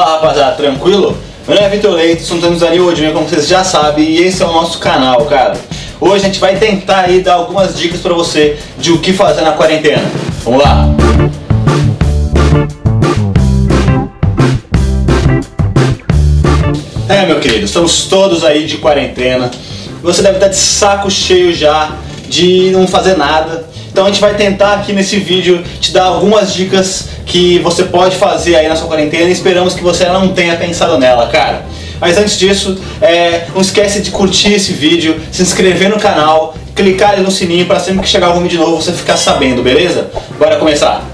Fala rapaziada, tranquilo? Meu nome é Vitor Leite, somos Danilo Odinho, como vocês já sabem, e esse é o nosso canal, cara. Hoje a gente vai tentar aí dar algumas dicas pra você de o que fazer na quarentena. Vamos lá! Meu querido, estamos todos aí de quarentena. Você deve estar de saco cheio já de não fazer nada. Então a gente vai tentar aqui nesse vídeo te dar algumas dicas que você pode fazer aí na sua quarentena e esperamos que você não tenha pensado nela, cara. Mas antes disso, não esquece de curtir esse vídeo, se inscrever no canal, clicar ali no sininho para sempre que chegar algum vídeo novo você ficar sabendo, beleza? Bora começar!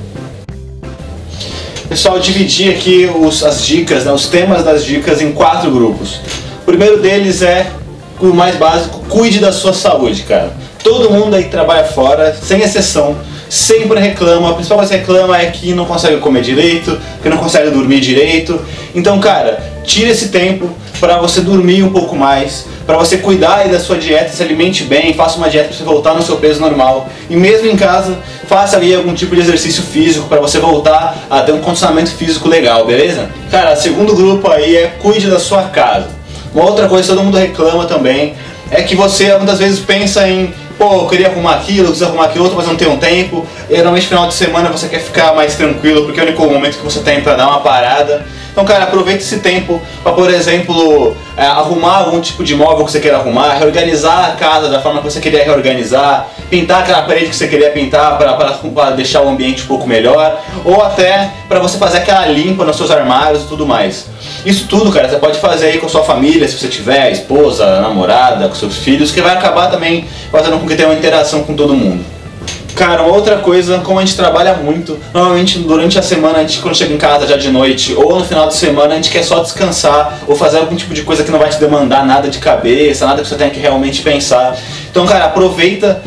Pessoal, eu dividi aqui as dicas, os temas das dicas em 4 grupos. O primeiro deles é o mais básico: cuide da sua saúde, cara. Todo mundo aí que trabalha fora, sem exceção, sempre reclama. A principal coisa que reclama é que não consegue comer direito, que não consegue dormir direito. Então, cara, tire esse tempo para você dormir um pouco mais, para você cuidar aí da sua dieta, se alimente bem, faça uma dieta para você voltar no seu peso normal. E mesmo em casa, faça ali algum tipo de exercício físico para você voltar a ter um condicionamento físico legal, beleza? Cara, segundo grupo aí é cuide da sua casa. Uma outra coisa que todo mundo reclama também é que você muitas vezes pensa em eu queria arrumar aquilo, eu preciso arrumar aquilo outro, mas não tenho tempo. E normalmente no final de semana você quer ficar mais tranquilo, porque é o único momento que você tem para dar uma parada. Então, cara, aproveite esse tempo para, por exemplo, arrumar algum tipo de móvel que você queira arrumar, reorganizar a casa da forma que você queria reorganizar, pintar aquela parede que você queria pintar para deixar o ambiente um pouco melhor, ou até para você fazer aquela limpa nos seus armários e tudo mais. Isso tudo, cara, você pode fazer aí com a sua família, se você tiver esposa, namorada, com seus filhos, que vai acabar também fazendo com que tenha uma interação com todo mundo. Cara, outra coisa, como a gente trabalha muito, normalmente durante a semana, a gente quando chega em casa já de noite ou no final de semana, a gente quer só descansar ou fazer algum tipo de coisa que não vai te demandar nada de cabeça, nada que você tenha que realmente pensar. Então, cara, aproveita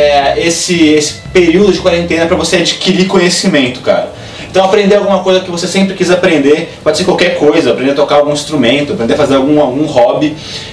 esse período de quarentena para você adquirir conhecimento, cara. Então, aprender alguma coisa que você sempre quis aprender, pode ser qualquer coisa, aprender a tocar algum instrumento, aprender a fazer algum hobby,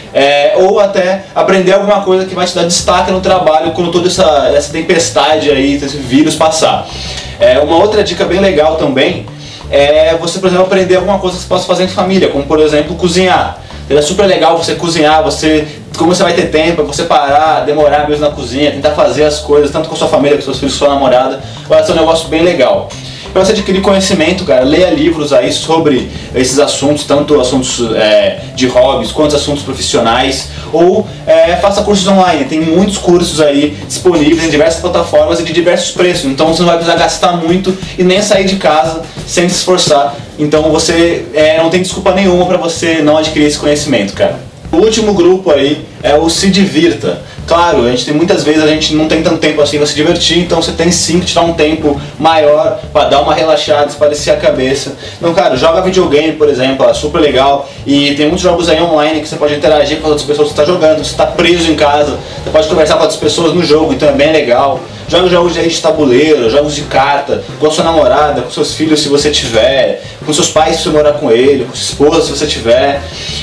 ou até aprender alguma coisa que vai te dar destaque no trabalho quando toda essa tempestade aí, esse vírus passar. Uma outra dica bem legal também é você, por exemplo, aprender alguma coisa que você possa fazer em família, como por exemplo cozinhar. É super legal você cozinhar, como você vai ter tempo, você parar, demorar mesmo na cozinha, tentar fazer as coisas, tanto com a sua família, com seus filhos, com sua namorada, vai ser um negócio bem legal. Para você adquirir conhecimento, cara, leia livros aí sobre esses assuntos, tanto assuntos de hobbies quanto assuntos profissionais, ou faça cursos online. Tem muitos cursos aí disponíveis em diversas plataformas e de diversos preços, então você não vai precisar gastar muito e nem sair de casa sem se esforçar. Então você não tem desculpa nenhuma para você não adquirir esse conhecimento, cara. O último grupo aí é o se divirta. Claro, muitas vezes a gente não tem tanto tempo assim para se divertir, então você tem sim que tirar um tempo maior para dar uma relaxada, espairecer a cabeça. Então, cara, joga videogame, por exemplo, é super legal. E tem muitos jogos aí online que você pode interagir com as outras pessoas que você está jogando. Você está preso em casa, você pode conversar com outras pessoas no jogo, então é bem legal. Joga jogos de tabuleiro, jogos de carta, com a sua namorada, com seus filhos se você tiver, com seus pais se você morar com ele, com sua esposa se você tiver.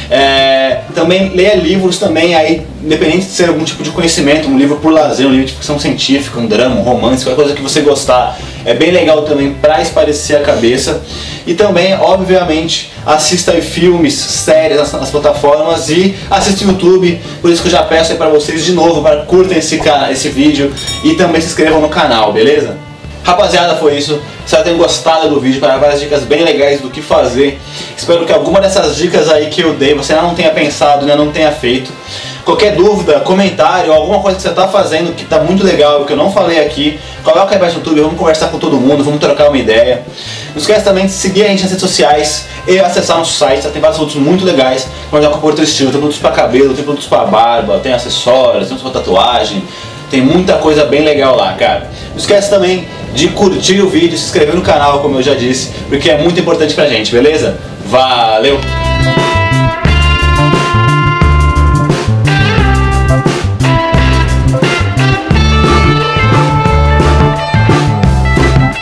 Também leia livros também, aí, independente de ser algum tipo de conhecimento, um livro por lazer, um livro de ficção científica, um drama, um romance, qualquer coisa que você gostar. É bem legal também para espairecer a cabeça. E também, obviamente, assista aí filmes, séries nas plataformas e assista o YouTube. Por isso que eu já peço aí para vocês de novo, para curtem esse vídeo e também se inscrevam no canal, beleza? Rapaziada, foi isso. Espero que tenham gostado do vídeo, para várias dicas bem legais do que fazer. Espero que alguma dessas dicas aí que eu dei você não tenha pensado, ainda não tenha feito. Qualquer dúvida, comentário, alguma coisa que você está fazendo que está muito legal e que eu não falei aqui, coloca aí embaixo no YouTube, vamos conversar com todo mundo, vamos trocar uma ideia. Não esquece também de seguir a gente nas redes sociais e acessar nosso site, tem vários produtos muito legais, com outro estilo, tem produtos para cabelo, tem produtos para barba, tem acessórios, tem produtos para tatuagem, tem muita coisa bem legal lá, cara. Não esquece também de curtir o vídeo, se inscrever no canal, como eu já disse, porque é muito importante pra gente, beleza? Valeu!